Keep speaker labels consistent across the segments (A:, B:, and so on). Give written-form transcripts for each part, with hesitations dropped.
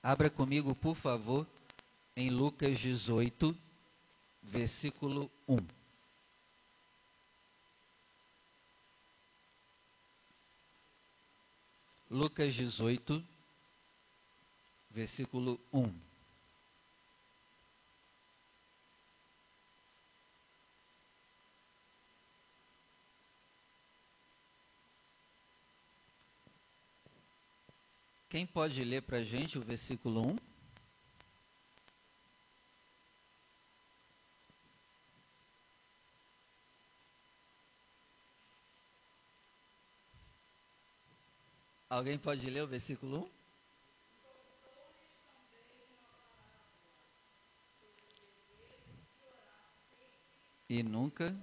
A: Abra comigo, por favor, em Lucas 18, versículo 1. Lucas 18, versículo 1. Quem pode ler para a gente o versículo 1? Alguém pode ler o versículo 1? E nunca.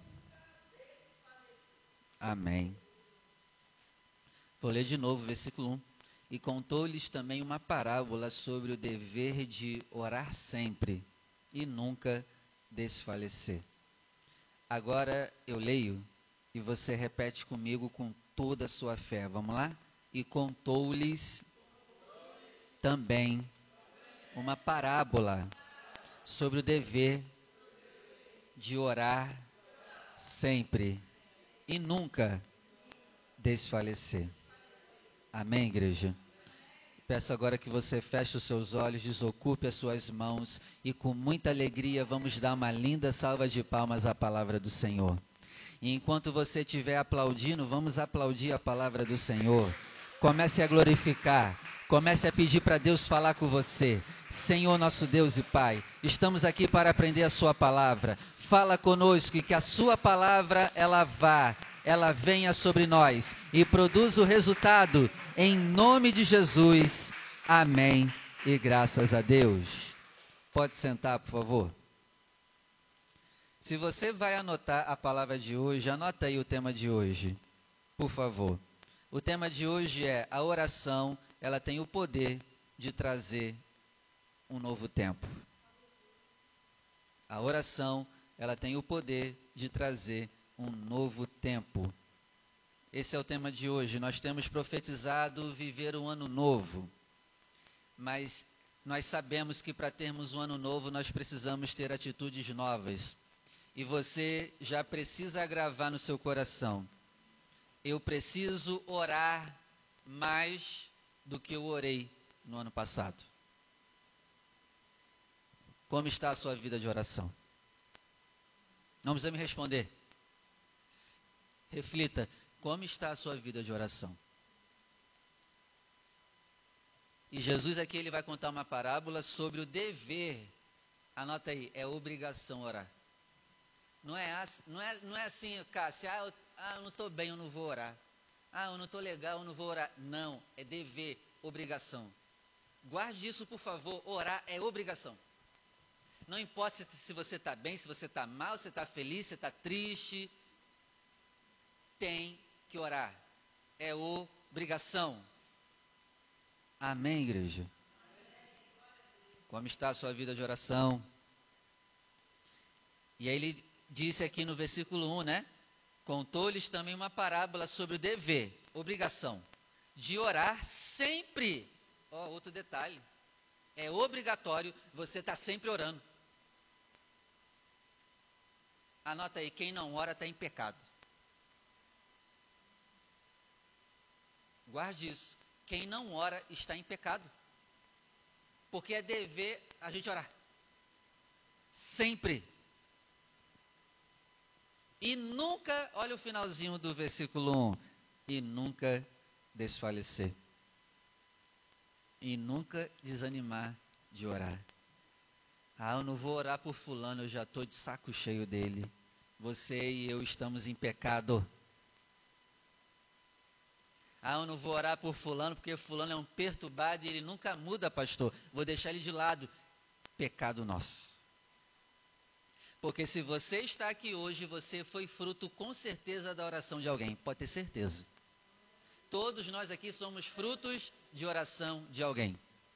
A: Amém. Vou ler de novo o versículo 1. E contou-lhes também uma parábola sobre o dever de orar sempre e nunca desfalecer. Agora eu leio e você repete comigo com toda a sua fé. Vamos lá? E contou-lhes também uma parábola sobre o dever de orar sempre e nunca desfalecer. Amém, igreja? Peço agora que você feche os seus olhos, desocupe as suas mãos e com muita alegria vamos dar uma linda salva de palmas à palavra do Senhor. E enquanto você estiver aplaudindo, vamos aplaudir a palavra do Senhor. Comece a glorificar, comece a pedir para Deus falar com você. Senhor nosso Deus e Pai, estamos aqui para aprender a sua palavra. Fala conosco e que a sua palavra ela venha sobre nós e produza o resultado em nome de Jesus. Amém e graças a Deus. Pode sentar, por favor. Se você vai anotar a palavra de hoje, anota aí o tema de hoje, por favor. O tema de hoje é: a oração, ela tem o poder de trazer um novo tempo. A oração, ela tem o poder de trazer um novo tempo. Esse é o tema de hoje. Nós temos profetizado viver um ano novo, mas nós sabemos que para termos um ano novo, nós precisamos ter atitudes novas. E você já precisa gravar no seu coração: eu preciso orar mais do que eu orei no ano passado. Como está a sua vida de oração? Não precisa me responder. Reflita, como está a sua vida de oração? E Jesus aqui ele vai contar uma parábola sobre o dever. Anota aí, é obrigação orar. Não é assim, Cássio, eu não estou bem, eu não vou orar. Eu não estou legal, eu não vou orar. Não, é dever, obrigação. Guarde isso, por favor, orar é obrigação. Não importa se você está bem, se você está mal, se você está feliz, se está triste. Tem que orar. É obrigação. Amém, igreja? Como está a sua vida de oração? E aí ele disse aqui no versículo 1, né? Contou-lhes também uma parábola sobre o dever, obrigação, de orar sempre. Outro detalhe. É obrigatório você estar sempre orando. Anota aí, quem não ora está em pecado. Guarde isso. Quem não ora está em pecado. Porque é dever a gente orar. Sempre. E nunca, olha o finalzinho do versículo 1. E nunca desfalecer. E nunca desanimar de orar. Eu não vou orar por fulano, eu já estou de saco cheio dele. Você e eu estamos em pecado. Eu não vou orar por fulano, porque fulano é um perturbado e ele nunca muda, pastor. Vou deixar ele de lado. Pecado nosso. Porque se você está aqui hoje, você foi fruto com certeza da oração de alguém. Pode ter certeza. Todos nós aqui somos frutos de oração de alguém.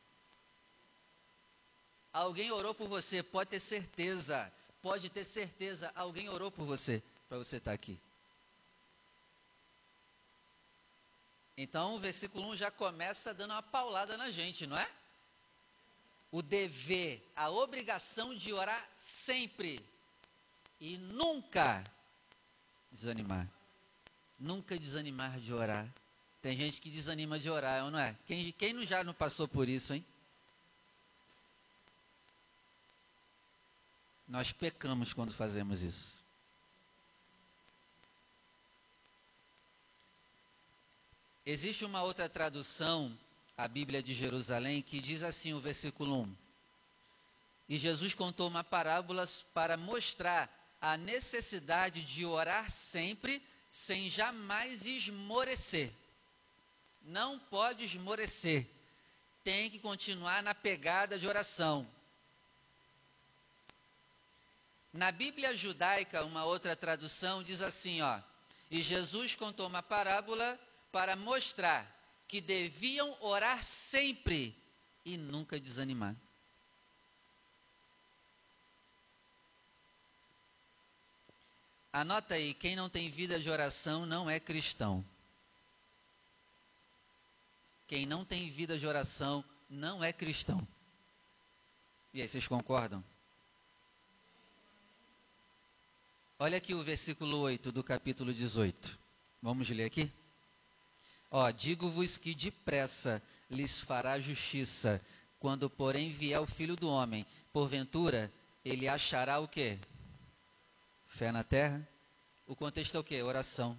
A: Alguém orou por você, pode ter certeza. Pode ter certeza, alguém orou por você, para você estar aqui. Então o versículo 1 já começa dando uma paulada na gente, não é? o dever, a obrigação de orar sempre e nunca desanimar. Nunca desanimar de orar. Tem gente que desanima de orar, não é? Quem já não passou por isso, hein? Nós pecamos quando fazemos isso. Existe uma outra tradução, a Bíblia de Jerusalém, que diz assim o versículo 1. E Jesus contou uma parábola para mostrar a necessidade de orar sempre, sem jamais esmorecer. Não pode esmorecer. Tem que continuar na pegada de oração. Na Bíblia judaica, uma outra tradução diz assim, ó. E Jesus contou uma parábola para mostrar que deviam orar sempre e nunca desanimar. Anota aí, quem não tem vida de oração não é cristão. Quem não tem vida de oração não é cristão. E aí, vocês concordam? Olha aqui o versículo 8 do capítulo 18. Vamos ler aqui? Ó, digo-vos que depressa lhes fará justiça, quando porém vier o Filho do Homem. Porventura, ele achará o quê? Fé na terra? O contexto é o quê? Oração.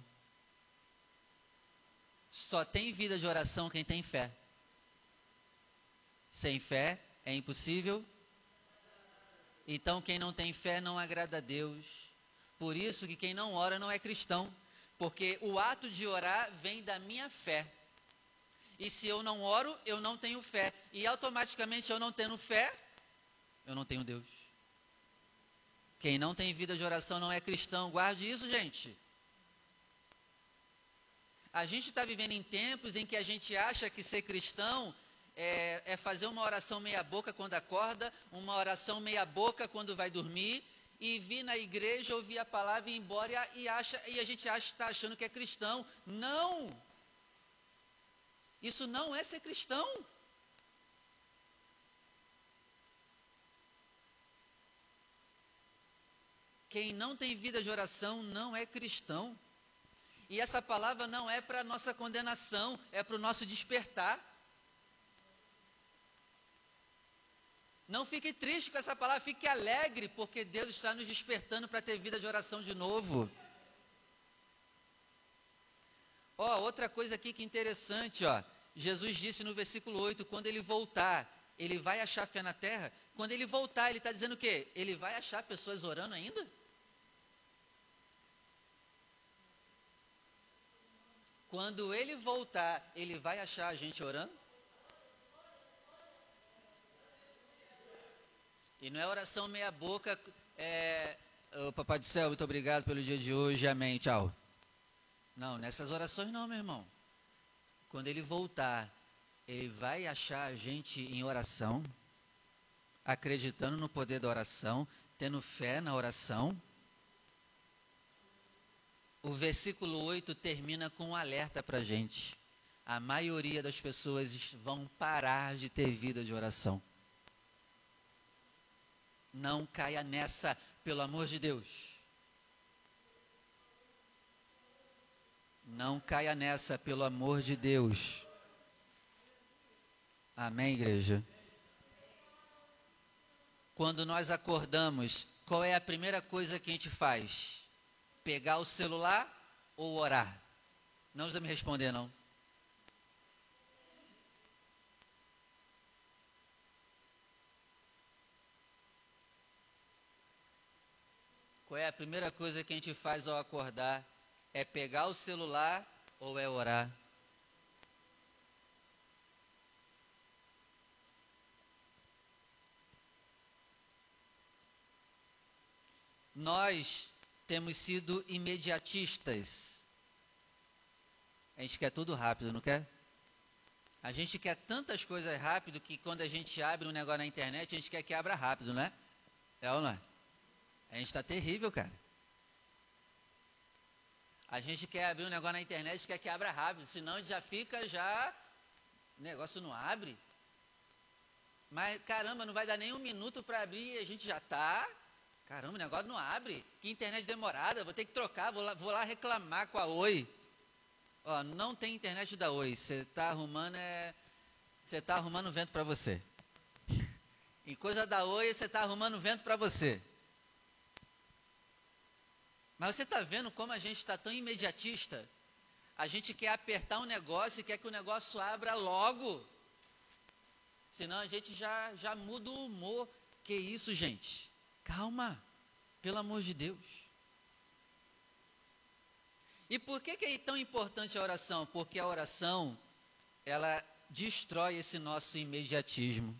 A: Só tem vida de oração quem tem fé. Sem fé é impossível. Então quem não tem fé não agrada a Deus. Por isso que quem não ora não é cristão. Porque o ato de orar vem da minha fé. E se eu não oro, eu não tenho fé. E automaticamente eu não tendo fé, eu não tenho Deus. Quem não tem vida de oração não é cristão. Guarde isso, gente. A gente está vivendo em tempos em que a gente acha que ser cristão é fazer uma oração meia boca quando acorda, uma oração meia boca quando vai dormir, e vir na igreja, ouvir a palavra e ir embora e a gente está achando que é cristão. Não! Isso não é ser cristão. Quem não tem vida de oração não é cristão. E essa palavra não é para nossa condenação, é para o nosso despertar. Não fique triste com essa palavra, fique alegre, porque Deus está nos despertando para ter vida de oração de novo. Ó, outra coisa aqui que interessante, ó. Jesus disse no versículo 8, quando ele voltar, ele vai achar fé na terra? Quando ele voltar, ele está dizendo o quê? Ele vai achar pessoas orando ainda? Quando ele voltar, ele vai achar a gente orando? E não é oração meia boca, Papai do céu, muito obrigado pelo dia de hoje, amém, tchau. Não, nessas orações não, meu irmão. Quando ele voltar, ele vai achar a gente em oração, acreditando no poder da oração, tendo fé na oração. O versículo 8 termina com um alerta para a gente. A maioria das pessoas vão parar de ter vida de oração. Não caia nessa, pelo amor de Deus. Não caia nessa, pelo amor de Deus. Amém, igreja? Quando nós acordamos, qual é a primeira coisa que a gente faz? Pegar o celular ou orar? Não precisa me responder, não. Qual é a primeira coisa que a gente faz ao acordar? É pegar o celular ou é orar? Nós temos sido imediatistas. A gente quer tudo rápido, não quer? A gente quer tantas coisas rápido que quando a gente abre um negócio na internet, a gente quer que abra rápido, não é? É ou não é? A gente está terrível, cara. A gente quer abrir um negócio na internet, quer que abra rápido, senão a gente já fica, o negócio não abre. Mas caramba, não vai dar nem um minuto para abrir e a gente já está. Caramba, o negócio não abre. Que internet demorada, vou ter que trocar, vou lá reclamar com a Oi. Ó, não tem internet da Oi. Você está arrumando vento para você. Em coisa da Oi, você está arrumando vento para você. Mas você está vendo como a gente está tão imediatista? A gente quer apertar um negócio e quer que o negócio abra logo. Senão a gente já muda o humor. Que isso, gente? Calma, pelo amor de Deus. E por que é tão importante a oração? Porque a oração, ela destrói esse nosso imediatismo.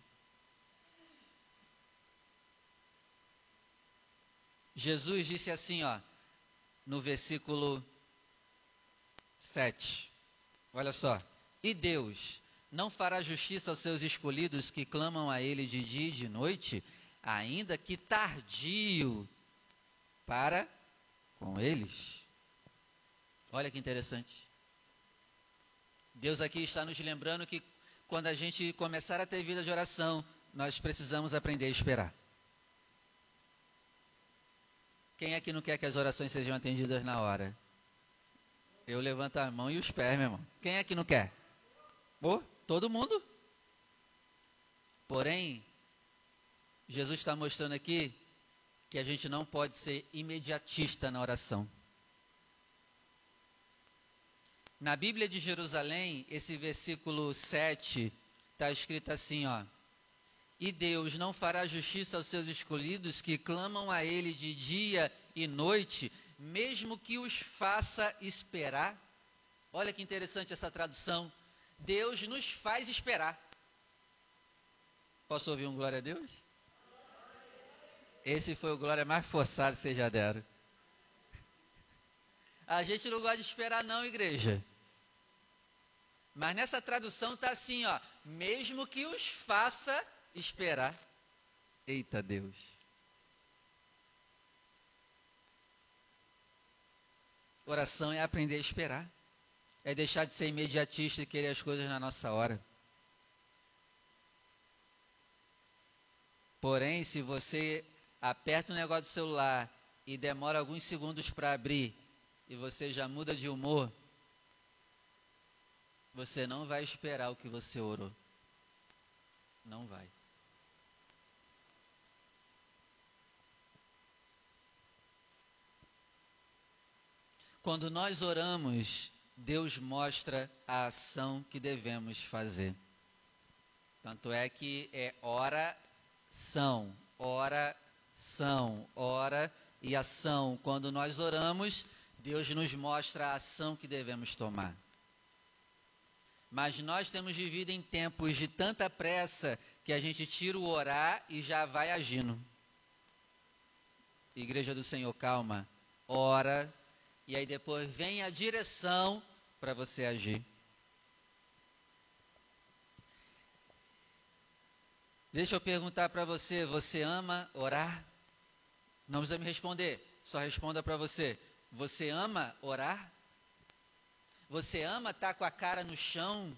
A: Jesus disse assim, ó, no versículo 7. Olha só. E Deus não fará justiça aos seus escolhidos que clamam a Ele de dia e de noite, ainda que tardio para com eles. Olha que interessante. Deus aqui está nos lembrando que quando a gente começar a ter vida de oração, nós precisamos aprender a esperar. Quem é que não quer que as orações sejam atendidas na hora? Eu levanto a mão e os pés, meu irmão. Quem é que não quer? Oh, todo mundo. Porém, Jesus está mostrando aqui que a gente não pode ser imediatista na oração. Na Bíblia de Jerusalém, esse versículo 7 está escrito assim, ó. E Deus não fará justiça aos seus escolhidos que clamam a Ele de dia e noite, mesmo que os faça esperar. Olha que interessante essa tradução. Deus nos faz esperar. Posso ouvir um glória a Deus? Esse foi o glória mais forçado que vocês já deram. A gente não gosta de esperar não, igreja. Mas nessa tradução está assim, ó. Mesmo que os faça esperar. Eita Deus. Oração é aprender a esperar. É deixar de ser imediatista e querer as coisas na nossa hora. Porém, se você aperta o negócio do celular e demora alguns segundos para abrir e você já muda de humor, você não vai esperar o que você orou. Não vai. Quando nós oramos, Deus mostra a ação que devemos fazer. Tanto é que é oração, ora e ação. Quando nós oramos, Deus nos mostra a ação que devemos tomar. Mas nós temos vivido em tempos de tanta pressa que a gente tira o orar e já vai agindo. Igreja do Senhor, calma. Ora, e aí depois vem a direção para você agir. Deixa eu perguntar para você, você ama orar? Não precisa me responder, só responda para você. Você ama orar? Você ama estar com a cara no chão?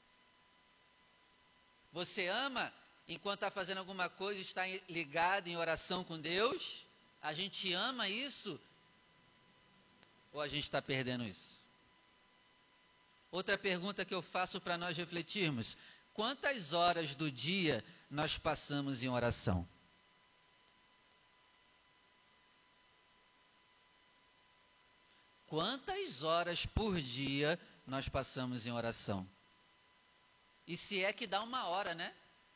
A: Você ama, enquanto está fazendo alguma coisa, estar ligado em oração com Deus? A gente ama isso? Ou a gente está perdendo isso? Outra pergunta que eu faço para nós refletirmos: quantas horas do dia nós passamos em oração? Quantas horas por dia nós passamos em oração? E se é que dá uma hora, né?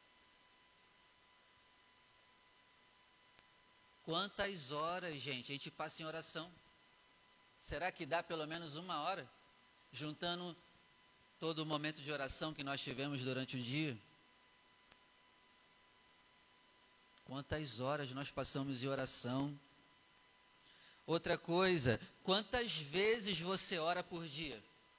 A: Quantas horas, gente, a gente passa em oração? Será que dá pelo menos uma hora? Juntando todo o momento de oração que nós tivemos durante o dia? Quantas horas nós passamos em oração? Outra coisa, quantas vezes você ora por dia?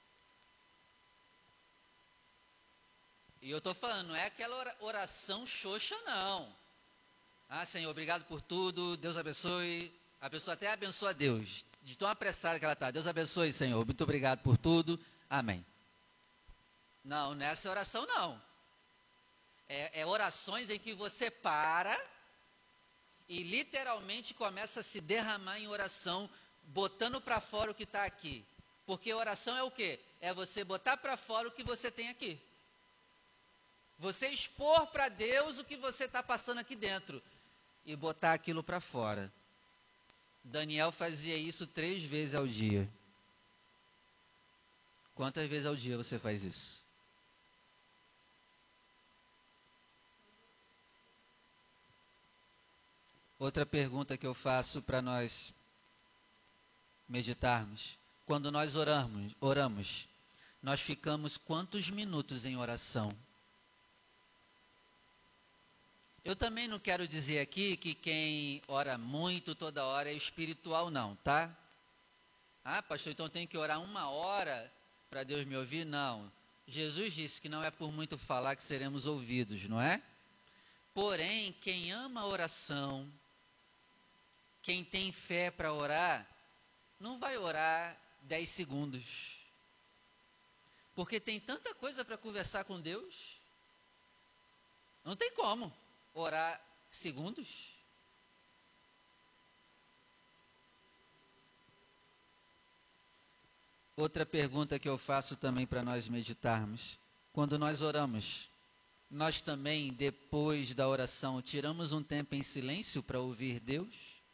A: E eu estou falando, não é aquela oração xoxa, não. Ah, Senhor, obrigado por tudo, Deus abençoe. A pessoa até abençoa a Deus, de tão apressada que ela está. Deus abençoe, Senhor, muito obrigado por tudo, amém. Não, nessa oração não. É orações em que você para e literalmente começa a se derramar em oração, botando para fora o que está aqui. Porque oração é o quê? É você botar para fora o que você tem aqui. Você expor para Deus o que você está passando aqui dentro e botar aquilo para fora. Daniel fazia isso 3 vezes ao dia. Quantas vezes ao dia você faz isso? Outra pergunta que eu faço para nós meditarmos. Quando nós oramos, nós ficamos quantos minutos em oração? Eu também não quero dizer aqui que quem ora muito toda hora é espiritual, não, tá? Ah, pastor, então tem que orar 1 hora para Deus me ouvir? Não. Jesus disse que não é por muito falar que seremos ouvidos, não é? Porém, quem ama a oração, quem tem fé para orar, não vai orar 10 segundos. Porque tem tanta coisa para conversar com Deus. Não tem como orar segundos. Outra pergunta que eu faço também para nós meditarmos. Quando nós oramos, nós também, depois da oração, tiramos um tempo em silêncio para ouvir Deus?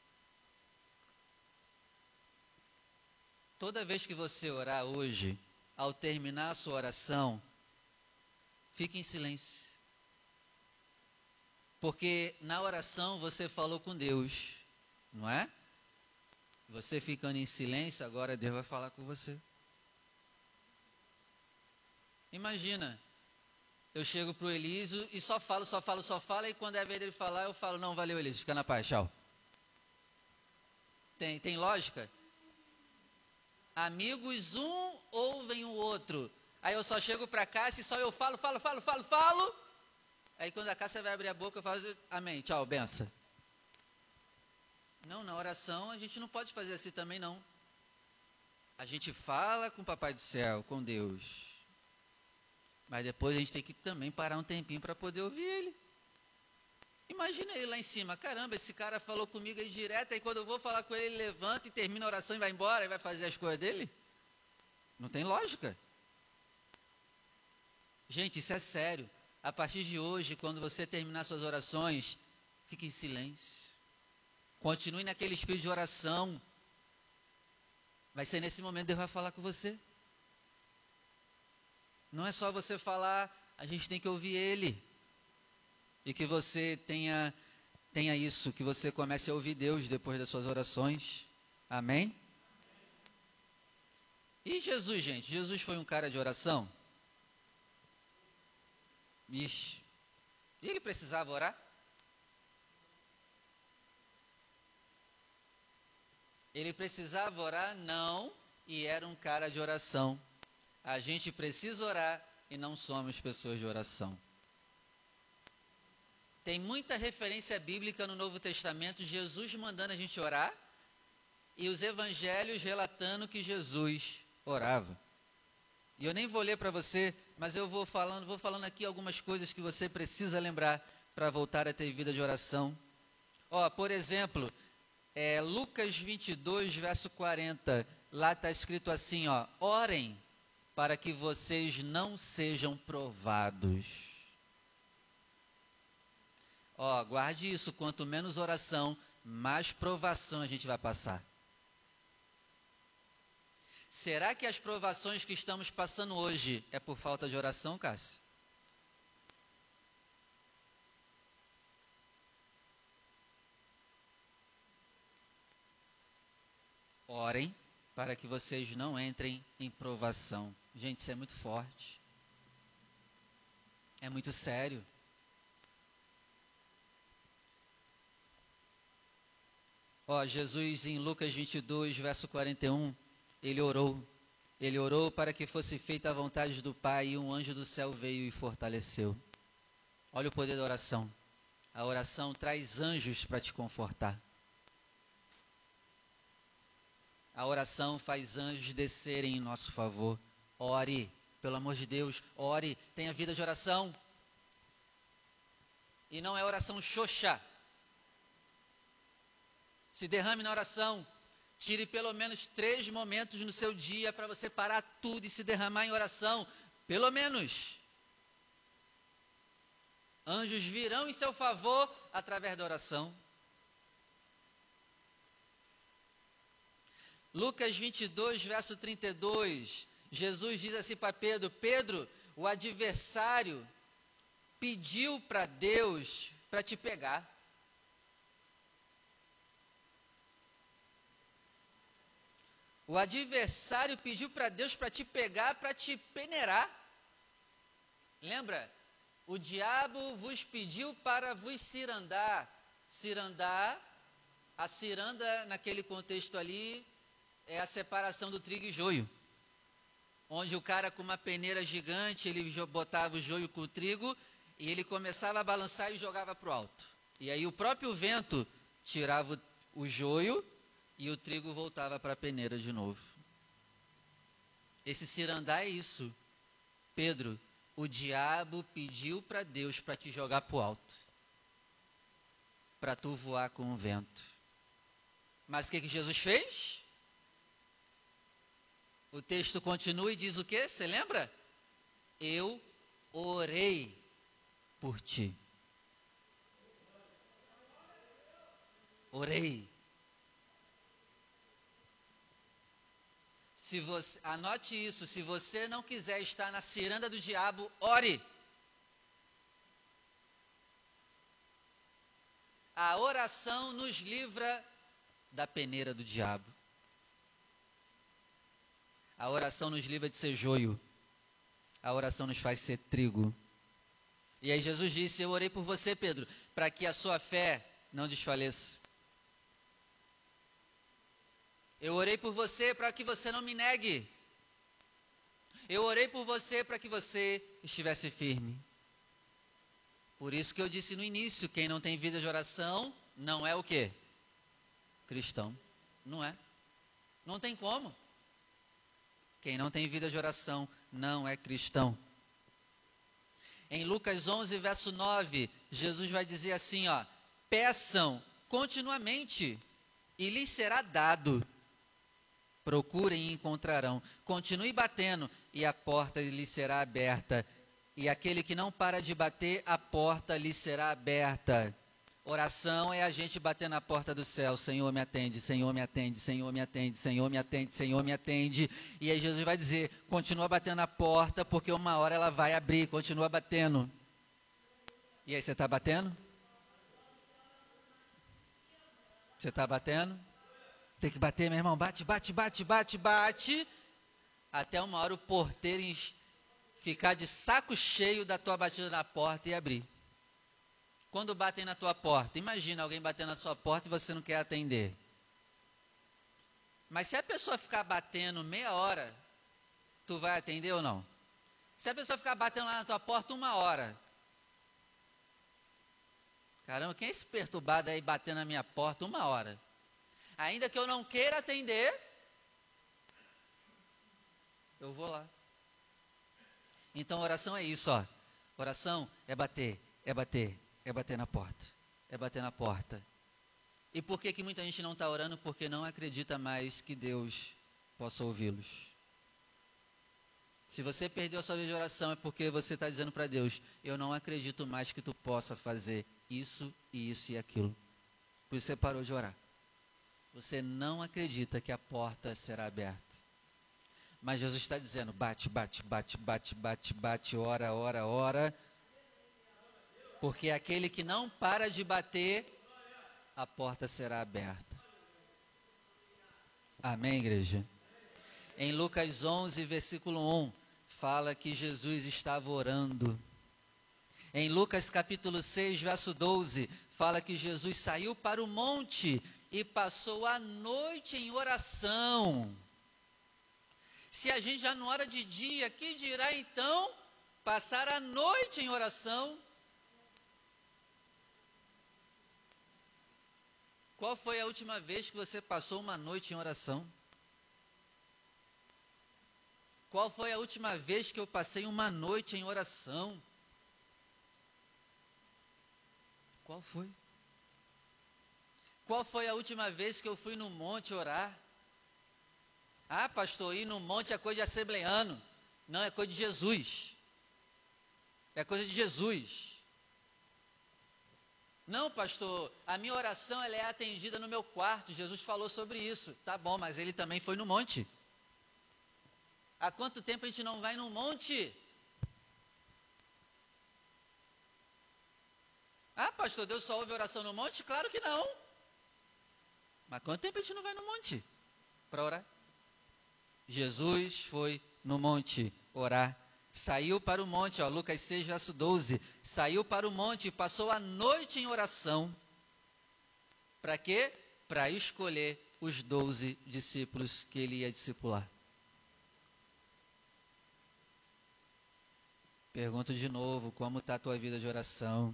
A: Toda vez que você orar hoje, ao terminar a sua oração, fique em silêncio. Porque na oração você falou com Deus, não é? Você ficando em silêncio, agora Deus vai falar com você. Imagina, eu chego pro Elísio e só falo, e quando é a vez dele falar, eu falo, não, valeu Elísio, fica na paz, tchau. Tem lógica? Amigos, um ouvem o outro. Aí eu só chego pra cá, se só eu falo. Aí quando a Cássia vai abrir a boca, eu falo, amém, tchau, benção. Não, na oração a gente não pode fazer assim também não. A gente fala com o Papai do Céu, com Deus. Mas depois a gente tem que também parar um tempinho para poder ouvir Ele. Imagina ele lá em cima, caramba, esse cara falou comigo aí direto, aí quando eu vou falar com ele, ele levanta e termina a oração e vai embora, e vai fazer as coisas dele? Não tem lógica. Gente, isso é sério. A partir de hoje, quando você terminar suas orações, fique em silêncio. Continue naquele espírito de oração. Vai ser nesse momento que Deus vai falar com você. Não é só você falar, a gente tem que ouvir Ele. E que você tenha isso, que você comece a ouvir Deus depois das suas orações. Amém? E Jesus, gente? Jesus foi um cara de oração? Ixi. E ele precisava orar? Ele precisava orar? Não. E era um cara de oração. A gente precisa orar e não somos pessoas de oração. Tem muita referência bíblica no Novo Testamento, Jesus mandando a gente orar e os evangelhos relatando que Jesus orava. E eu nem vou ler para você, mas eu vou falando aqui algumas coisas que você precisa lembrar para voltar a ter vida de oração. Ó, por exemplo, Lucas 22, verso 40, lá está escrito assim, ó, orem para que vocês não sejam provados. Ó, guarde isso, quanto menos oração, mais provação a gente vai passar. Será que as provações que estamos passando hoje é por falta de oração, Cássio? Orem para que vocês não entrem em provação. Gente, isso é muito forte. É muito sério. Ó, Jesus em Lucas 22, verso 41, ele orou. Ele orou para que fosse feita a vontade do Pai e um anjo do céu veio e fortaleceu. Olha o poder da oração. A oração traz anjos para te confortar. A oração faz anjos descerem em nosso favor. Ore, pelo amor de Deus, ore, tenha vida de oração. E não é oração xoxa. Se derrame na oração. Tire pelo menos 3 momentos no seu dia para você parar tudo e se derramar em oração. Pelo menos. Anjos virão em seu favor através da oração. Lucas 22, verso 32. Jesus diz assim para Pedro: Pedro, o adversário pediu para Deus para te pegar. O adversário pediu para Deus para te pegar, para te peneirar. Lembra? O diabo vos pediu para vos cirandar. Cirandar, a ciranda naquele contexto ali é a separação do trigo e joio. Onde o cara com uma peneira gigante, ele botava o joio com o trigo e ele começava a balançar e jogava para o alto. E aí o próprio vento tirava o joio e o trigo voltava para a peneira de novo. Esse cirandar é isso. Pedro, o diabo pediu para Deus para te jogar para o alto. Para tu voar com o vento. Mas o que Jesus fez? O texto continua e diz o quê? Você lembra? Eu orei por ti. Orei. Se você, anote isso, se você não quiser estar na ciranda do diabo, ore. A oração nos livra da peneira do diabo. A oração nos livra de ser joio. A oração nos faz ser trigo. E aí Jesus disse: eu orei por você, Pedro, para que a sua fé não desfaleça. Eu orei por você para que você não me negue. Eu orei por você para que você estivesse firme. Por isso que eu disse no início, quem não tem vida de oração, não é o quê? Cristão. Não é. Não tem como. Quem não tem vida de oração, não é cristão. Em Lucas 11, verso 9, Jesus vai dizer assim, ó: peçam continuamente e lhes será dado. Procurem e encontrarão. Continue batendo e a porta lhe será aberta. E aquele que não para de bater, a porta lhe será aberta. Oração é a gente bater na porta do céu. Senhor, me atende, Senhor, me atende, Senhor, me atende, Senhor, me atende, Senhor, me atende. E aí Jesus vai dizer: continua batendo na porta, porque uma hora ela vai abrir. Continua batendo. E aí, você está batendo? Você está batendo? Tem que bater, meu irmão. Bate, bate, bate, bate, bate. Até uma hora o porteiro ficar de saco cheio da tua batida na porta e abrir. Quando batem na tua porta, imagina alguém batendo na sua porta e você não quer atender. Mas se a pessoa ficar batendo meia hora, tu vai atender ou não? Se a pessoa ficar batendo lá na tua porta 1 hora, caramba, quem é esse perturbado aí batendo na minha porta 1 hora? Ainda que eu não queira atender, eu vou lá. Então oração é isso, ó. Oração é bater, é bater, é bater na porta. É bater na porta. E por que muita gente não está orando? Porque não acredita mais que Deus possa ouvi-los. Se você perdeu a sua vida de oração, é porque você está dizendo para Deus: eu não acredito mais que tu possa fazer isso e isso e aquilo. Por isso você parou de orar. Você não acredita que a porta será aberta. Mas Jesus está dizendo: bate, bate, bate, bate, bate, bate, ora, ora, ora. Porque aquele que não para de bater, a porta será aberta. Amém, igreja? Em Lucas 11, versículo 1, fala que Jesus estava orando. Em Lucas capítulo 6, verso 12, fala que Jesus saiu para o monte e passou a noite em oração. Se a gente já não ora de dia, que dirá então passar a noite em oração? Qual foi a última vez que você passou uma noite em oração? Qual foi a última vez que eu passei uma noite em oração? Qual foi? Qual foi a última vez que eu fui no monte orar? Ah, pastor, ir no monte é coisa de assembleiano. Não, é coisa de Jesus. É coisa de Jesus. Não, pastor, a minha oração ela é atendida no meu quarto. Jesus falou sobre isso. Tá bom, mas ele também foi no monte. Há quanto tempo a gente não vai no monte? Ah, pastor, Deus só ouve oração no monte? Claro que não. Mas quanto tempo a gente não vai no monte para orar? Jesus foi no monte orar. Saiu para o monte, ó, Lucas 6, verso 12. Saiu para o monte e passou a noite em oração. Para quê? Para escolher os 12 discípulos que ele ia discipular. Pergunto de novo, como está a tua vida de oração?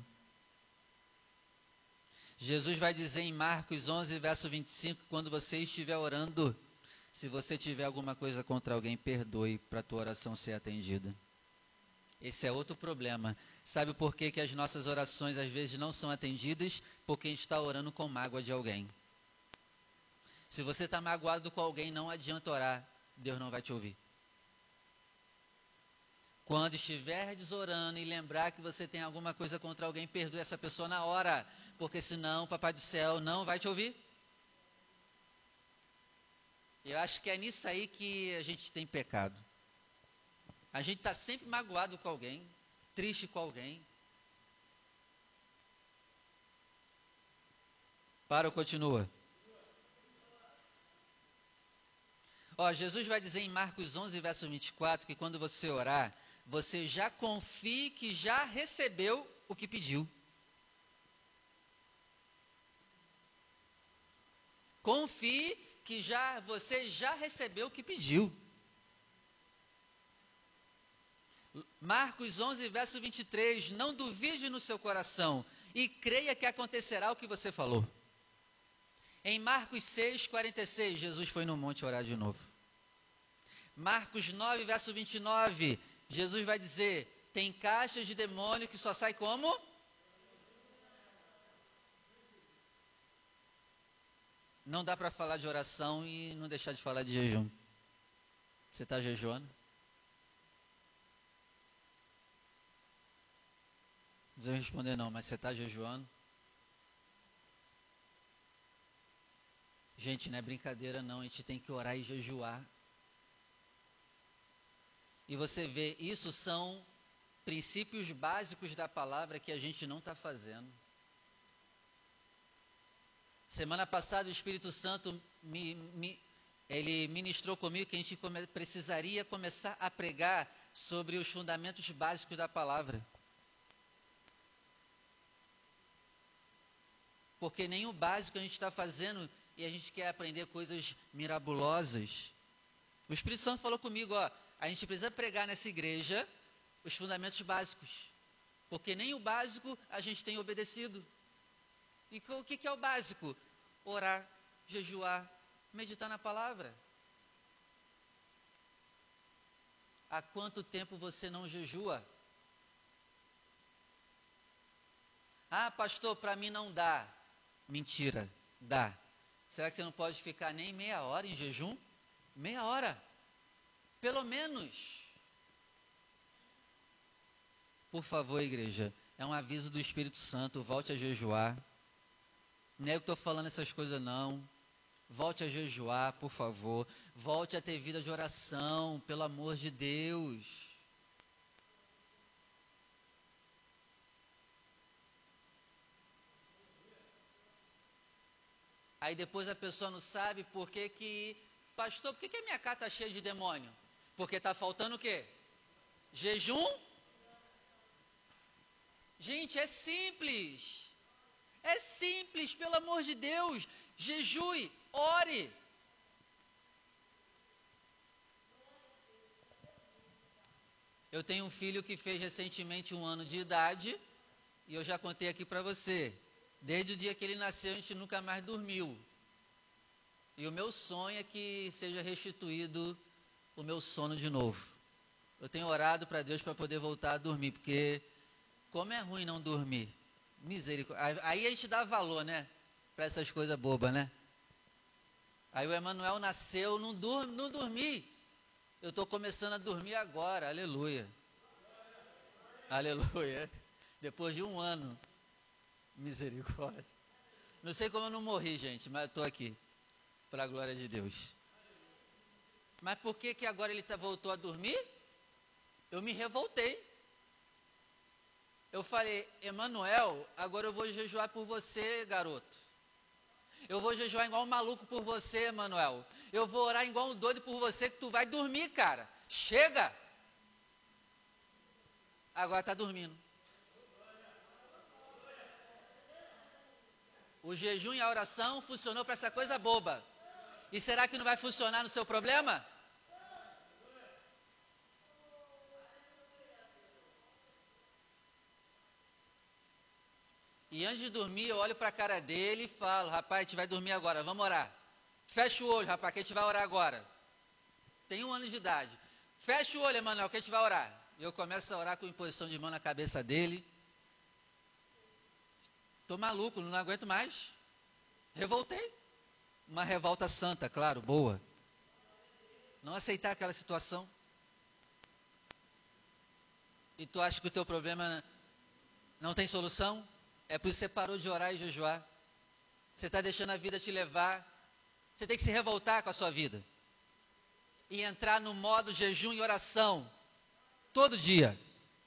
A: Jesus vai dizer em Marcos 11, verso 25, quando você estiver orando, se você tiver alguma coisa contra alguém, perdoe para a tua oração ser atendida. Esse é outro problema. Sabe por que, que as nossas orações às vezes não são atendidas? Porque a gente está orando com mágoa de alguém. Se você está magoado com alguém, não adianta orar, Deus não vai te ouvir. Quando estiverdes orando e lembrar que você tem alguma coisa contra alguém, perdoe essa pessoa na hora, porque senão o Papai do Céu não vai te ouvir. Eu acho que é nisso aí que a gente tem pecado. A gente está sempre magoado com alguém, triste com alguém. Para ou continua? Ó, Jesus vai dizer em Marcos 11, verso 24, que quando você orar, você já confie que já recebeu o que pediu. Confie que você já recebeu o que pediu. Marcos 11, verso 23, não duvide no seu coração e creia que acontecerá o que você falou. Em Marcos 6, 46, Jesus foi no monte orar de novo. Marcos 9, verso 29, Jesus vai dizer, tem caixas de demônio que só sai como? Não dá para falar de oração e não deixar de falar de jejum. Você está jejuando? Não precisa responder não, mas você está jejuando? Gente, não é brincadeira não, a gente tem que orar e jejuar. E você vê, isso são princípios básicos da palavra que a gente não está fazendo. Semana passada o Espírito Santo ele ministrou comigo que a gente precisaria começar a pregar sobre os fundamentos básicos da palavra. Porque nem o básico a gente está fazendo e a gente quer aprender coisas mirabolosas. O Espírito Santo falou comigo, ó, a gente precisa pregar nessa igreja os fundamentos básicos. Porque nem o básico a gente tem obedecido. E o que é o básico? Orar, jejuar, meditar na palavra. Há quanto tempo você não jejua? Ah, pastor, para mim não dá. Mentira, dá. Será que você não pode ficar nem meia hora em jejum? Meia hora, pelo menos. Por favor, igreja, é um aviso do Espírito Santo, volte a jejuar. Não é que eu estou falando essas coisas não. Volte a jejuar, por favor. Volte a ter vida de oração, pelo amor de Deus. Aí depois a pessoa não sabe por que que... Pastor, por que que a minha casa está cheia de demônio? Porque está faltando o quê? Jejum? Gente, é simples. É simples, pelo amor de Deus. Jejue, ore. Eu tenho um filho que fez recentemente 1 ano de idade e eu já contei aqui para você. Desde o dia que ele nasceu, a gente nunca mais dormiu. E o meu sonho é que seja restituído o meu sono de novo. Eu tenho orado para Deus para poder voltar a dormir, porque como é ruim não dormir. Misericórdia. Aí a gente dá valor, né? Para essas coisas bobas, né? Aí o Emanuel nasceu, não dormi. Eu estou começando a dormir agora, aleluia. Aleluia. Depois de um ano, misericórdia. Não sei como eu não morri, gente, mas eu estou aqui, para a glória de Deus. Mas por que agora ele voltou a dormir? Eu me revoltei. Eu falei, Emanuel, agora eu vou jejuar por você, garoto. Eu vou jejuar igual um maluco por você, Emanuel. Eu vou orar igual um doido por você, que tu vai dormir, cara. Chega! Agora está dormindo. O jejum e a oração funcionou para essa coisa boba. E será que não vai funcionar no seu problema? E antes de dormir, eu olho para a cara dele e falo, rapaz, a gente vai dormir agora, vamos orar. Fecha o olho, rapaz, que a gente vai orar agora. Tem 1 ano de idade. Fecha o olho, Emanuel, que a gente vai orar. E eu começo a orar com imposição de mão na cabeça dele. Tô maluco, não aguento mais. Revoltei. Uma revolta santa, claro, boa. Não aceitar aquela situação. E tu acha que o teu problema não tem solução? É por isso que você parou de orar e jejuar. Você está deixando a vida te levar. Você tem que se revoltar com a sua vida. E entrar no modo jejum e oração. Todo dia.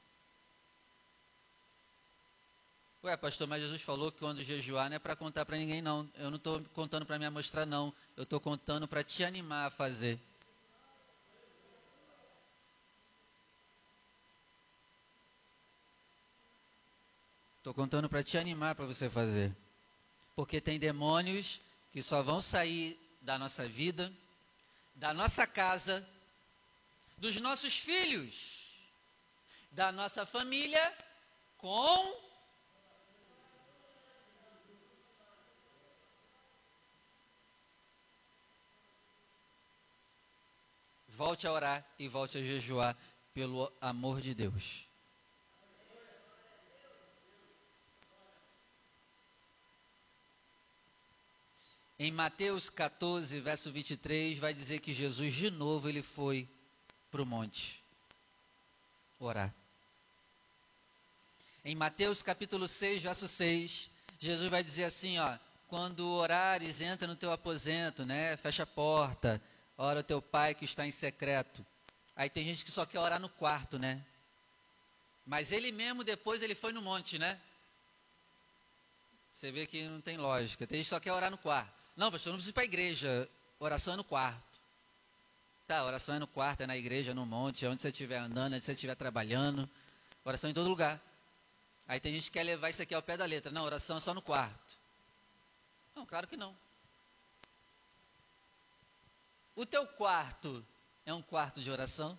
A: Ué, pastor, mas Jesus falou que quando jejuar não é para contar para ninguém, não. Eu não estou contando para me amostrar, não. Eu estou contando para te animar a fazer. Estou contando para te animar para você fazer. Porque tem demônios que só vão sair da nossa vida, da nossa casa, dos nossos filhos, da nossa família, com volte a orar e volte a jejuar pelo amor de Deus. Em Mateus 14, verso 23, vai dizer que Jesus de novo ele foi para o monte orar. Em Mateus capítulo 6, verso 6, Jesus vai dizer assim, ó, quando orares, entra no teu aposento, né? Fecha a porta, ora o teu pai que está em secreto. Aí tem gente que só quer orar no quarto, né? Mas ele mesmo depois ele foi no monte, né? Você vê que não tem lógica. Tem gente que só quer orar no quarto. Não, pastor, não precisa ir para a igreja. Oração é no quarto. Tá, oração é no quarto, é na igreja, no monte, é onde você estiver andando, é onde você estiver trabalhando. Oração em todo lugar. Aí tem gente que quer levar isso aqui ao pé da letra. Não, oração é só no quarto. Não, claro que não. O teu quarto é um quarto de oração?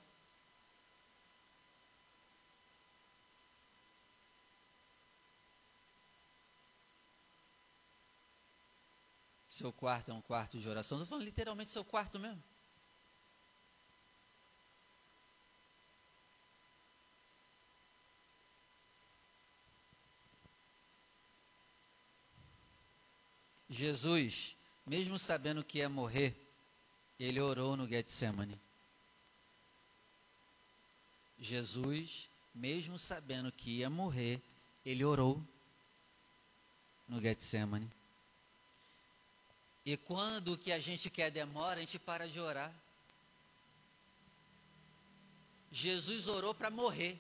A: Seu quarto é um quarto de oração? Estou falando literalmente seu quarto mesmo. Jesus, mesmo sabendo que ia morrer, ele orou no Getsemane. Jesus, mesmo sabendo que ia morrer, ele orou no Getsemane. E quando o que a gente quer demora, a gente para de orar. Jesus orou para morrer.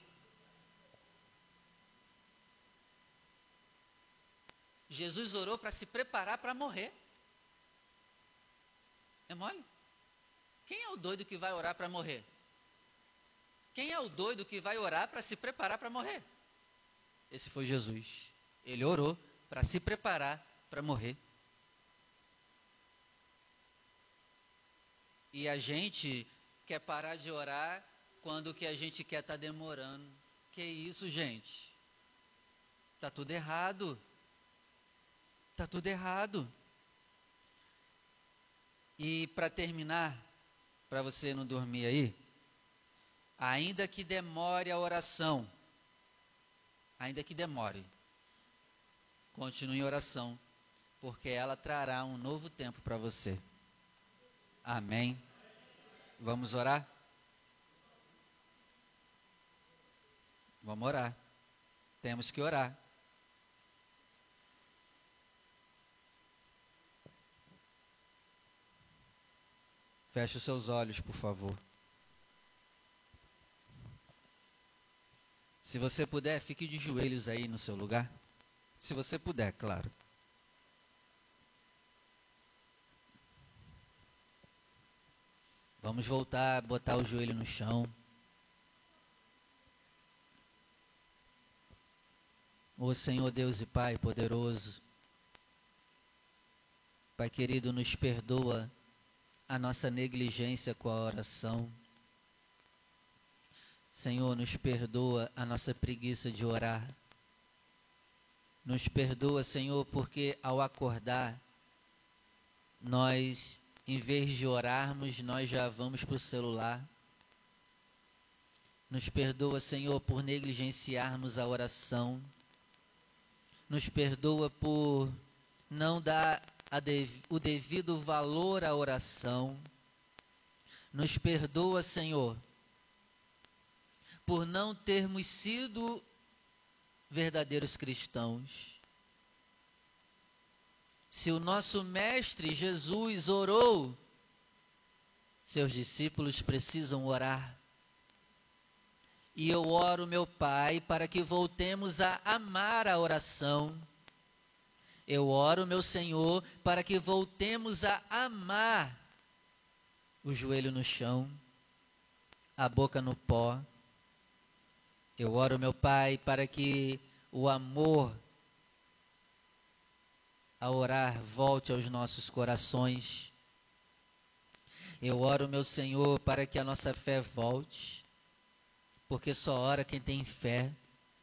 A: Jesus orou para se preparar para morrer. É mole? Quem é o doido que vai orar para morrer? Quem é o doido que vai orar para se preparar para morrer? Esse foi Jesus. Ele orou para se preparar para morrer. E a gente quer parar de orar quando o que a gente quer está demorando. Que isso, gente? Tá tudo errado. Tá tudo errado. E para terminar, para você não dormir aí, ainda que demore a oração, ainda que demore, Continue em oração, porque ela trará um novo tempo para você. Amém. Vamos orar? Vamos orar. Temos que orar. Feche os seus olhos, por favor. Se você puder, fique de joelhos aí no seu lugar. Se você puder, claro. Vamos voltar a botar o joelho no chão. Ô Senhor Deus e Pai poderoso, Pai querido, nos perdoa a nossa negligência com a oração. Senhor, nos perdoa a nossa preguiça de orar. Nos perdoa, Senhor, porque ao acordar, nós, em vez de orarmos, nós já vamos para o celular. Nos perdoa, Senhor, por negligenciarmos a oração. Nos perdoa por não dar o devido valor à oração. Nos perdoa, Senhor, por não termos sido verdadeiros cristãos. Se o nosso Mestre Jesus orou, seus discípulos precisam orar. E eu oro, meu Pai, para que voltemos a amar a oração. Eu oro, meu Senhor, para que voltemos a amar o joelho no chão, a boca no pó. Eu oro, meu Pai, para que o amor a orar volte aos nossos corações. Eu oro, meu Senhor, para que a nossa fé volte, porque só ora quem tem fé.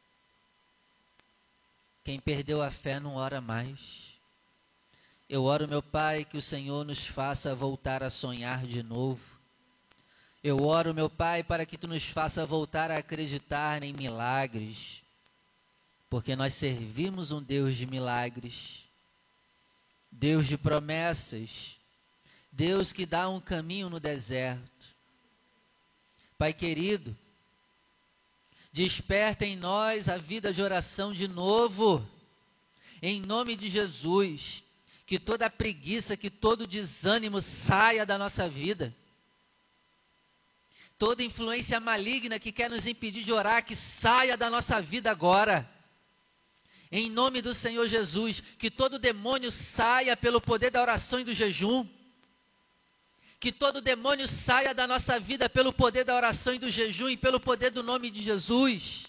A: Quem perdeu a fé não ora mais. Eu oro, meu Pai, que o Senhor nos faça voltar a sonhar de novo. Eu oro, meu Pai, para que Tu nos faça voltar a acreditar em milagres, porque nós servimos um Deus de milagres, Deus de promessas, Deus que dá um caminho no deserto. Pai querido, desperta em nós a vida de oração de novo, em nome de Jesus. Que toda preguiça, que todo desânimo saia da nossa vida. Toda influência maligna que quer nos impedir de orar, que saia da nossa vida agora. Em nome do Senhor Jesus, que todo demônio saia pelo poder da oração e do jejum. Que todo demônio saia da nossa vida pelo poder da oração e do jejum e pelo poder do nome de Jesus.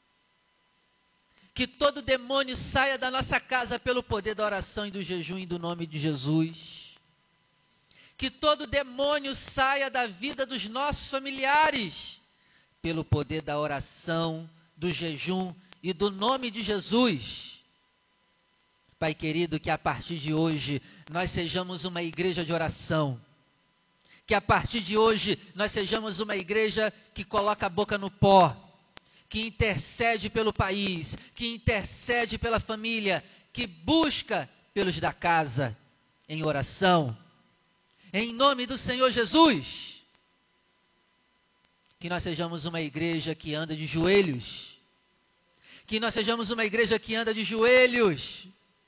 A: Que todo demônio saia da nossa casa pelo poder da oração e do jejum e do nome de Jesus. Que todo demônio saia da vida dos nossos familiares pelo poder da oração, do jejum e do nome de Jesus. Pai querido, que a partir de hoje nós sejamos uma igreja de oração. Que a partir de hoje nós sejamos uma igreja que coloca a boca no pó, que intercede pelo país, que intercede pela família, que busca pelos da casa em oração. Em nome do Senhor Jesus, que nós sejamos uma igreja que anda de joelhos. Que nós sejamos uma igreja que anda de joelhos.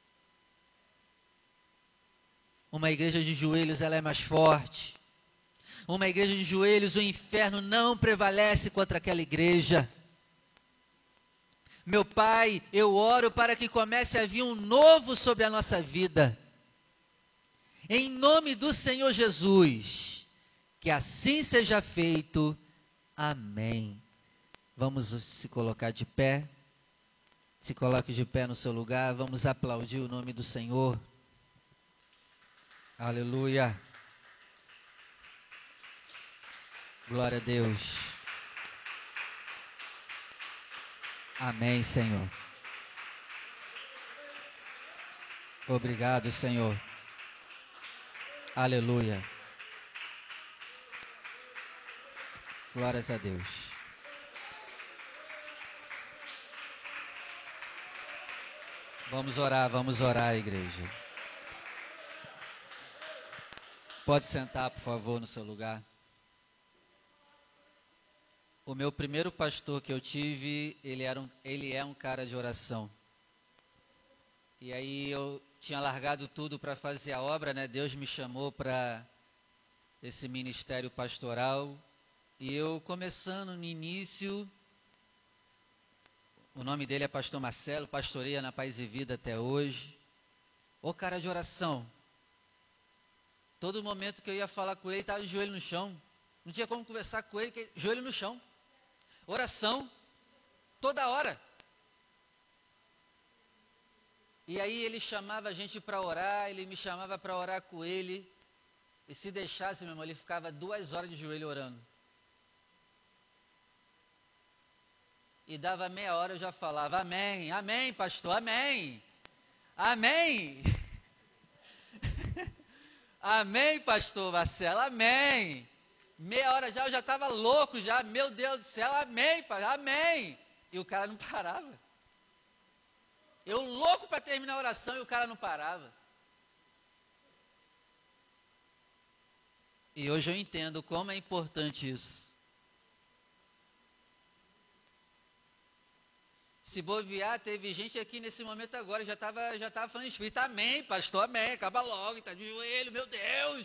A: Uma igreja de joelhos, ela é mais forte. Uma igreja de joelhos, o inferno não prevalece contra aquela igreja. Meu Pai, eu oro para que comece a vir um novo sobre a nossa vida. Em nome do Senhor Jesus, que assim seja feito. Amém. Vamos se colocar de pé. Se coloque de pé no seu lugar. Vamos aplaudir o nome do Senhor. Aleluia. Glória a Deus. Amém, Senhor. Obrigado, Senhor. Aleluia. Glórias a Deus. Vamos orar, igreja. Pode sentar, por favor, no seu lugar. O meu primeiro pastor que eu tive, ele é um cara de oração. E aí eu tinha largado tudo para fazer a obra, né? Deus me chamou para esse ministério pastoral. E eu começando no início, o nome dele é Pastor Marcelo, pastoreia na Paz e Vida até hoje. Ô cara de oração. Todo momento que eu ia falar com ele, estava de joelho no chão. Não tinha como conversar com ele, joelho no chão. Oração, toda hora. E aí ele chamava a gente para orar, ele me chamava para orar com ele. E se deixasse, meu irmão, ele ficava 2 horas de joelho orando. E dava meia hora, eu já falava, amém, amém, pastor, amém, amém, amém, pastor Marcelo, amém. Meia hora já, eu já estava louco já, meu Deus do céu, amém, amém. E o cara não parava. Eu louco para terminar a oração e o cara não parava. E hoje eu entendo como é importante isso. Se bobear, teve gente aqui nesse momento agora, já tava falando em espírito, amém, pastor, amém, acaba logo, está de joelho, meu Deus.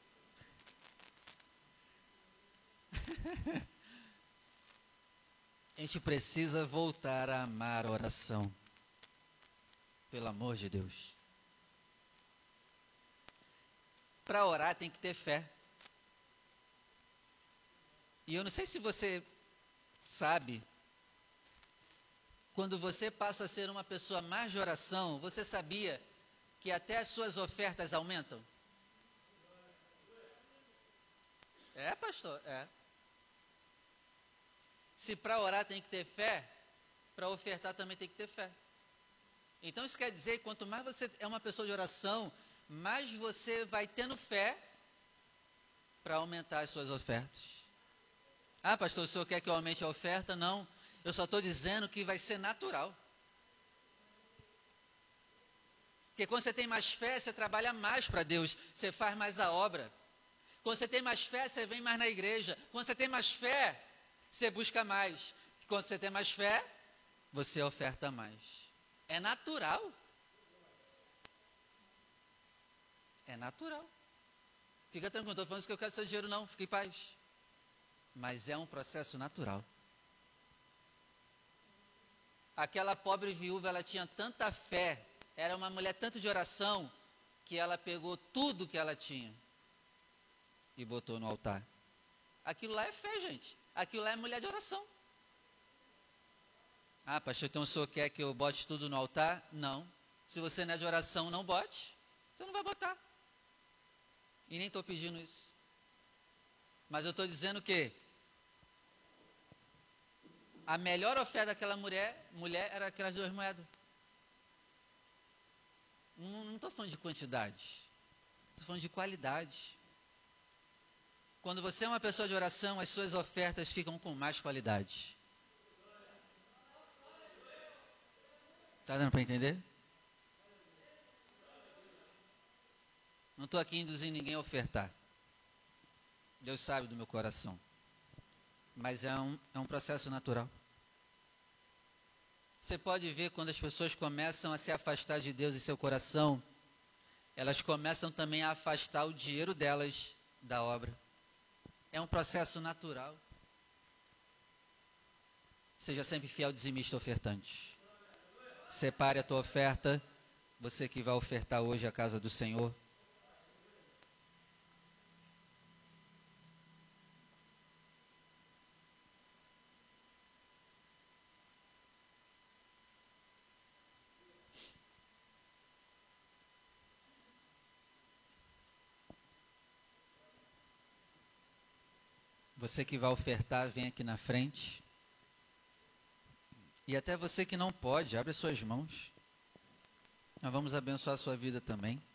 A: A gente precisa voltar a amar a oração. Pelo amor de Deus. Para orar tem que ter fé. E eu não sei se você sabe, quando você passa a ser uma pessoa mais de oração, você sabia que até as suas ofertas aumentam? É, pastor? É. Se para orar tem que ter fé, para ofertar também tem que ter fé. Então isso quer dizer que quanto mais você é uma pessoa de oração, mais você vai tendo fé para aumentar as suas ofertas. Ah, pastor, o senhor quer que eu aumente a oferta? Não. Eu só estou dizendo que vai ser natural. Porque quando você tem mais fé, você trabalha mais para Deus, você faz mais a obra. Quando você tem mais fé, você vem mais na igreja. Quando você tem mais fé, você busca mais. Quando você tem mais fé, você oferta mais. É natural. É natural. Fica tranquilo, não estou falando isso que eu quero seu dinheiro, não. Fique em paz. Mas é um processo natural. Aquela pobre viúva, ela tinha tanta fé, era uma mulher tanto de oração, que ela pegou tudo que ela tinha e botou no altar. Aquilo lá é fé, gente. Aquilo lá é mulher de oração. Ah, pastor, então o senhor quer que eu bote tudo no altar? Não. Se você não é de oração, não bote. Você não vai botar. E nem estou pedindo isso. Mas eu estou dizendo que a melhor oferta daquela mulher era aquelas 2 moedas. Não estou falando de quantidade. Estou falando de qualidade. Quando você é uma pessoa de oração, as suas ofertas ficam com mais qualidade. Está dando para entender? Não estou aqui induzindo ninguém a ofertar. Deus sabe do meu coração. Mas é um processo natural. Você pode ver quando as pessoas começam a se afastar de Deus em seu coração, elas começam também a afastar o dinheiro delas da obra. É um processo natural. Seja sempre fiel, dizimista, ofertante. Separe a tua oferta, você que vai ofertar hoje a casa do Senhor. Você que vai ofertar, vem aqui na frente. E até você que não pode, abre as suas mãos. Nós vamos abençoar a sua vida também.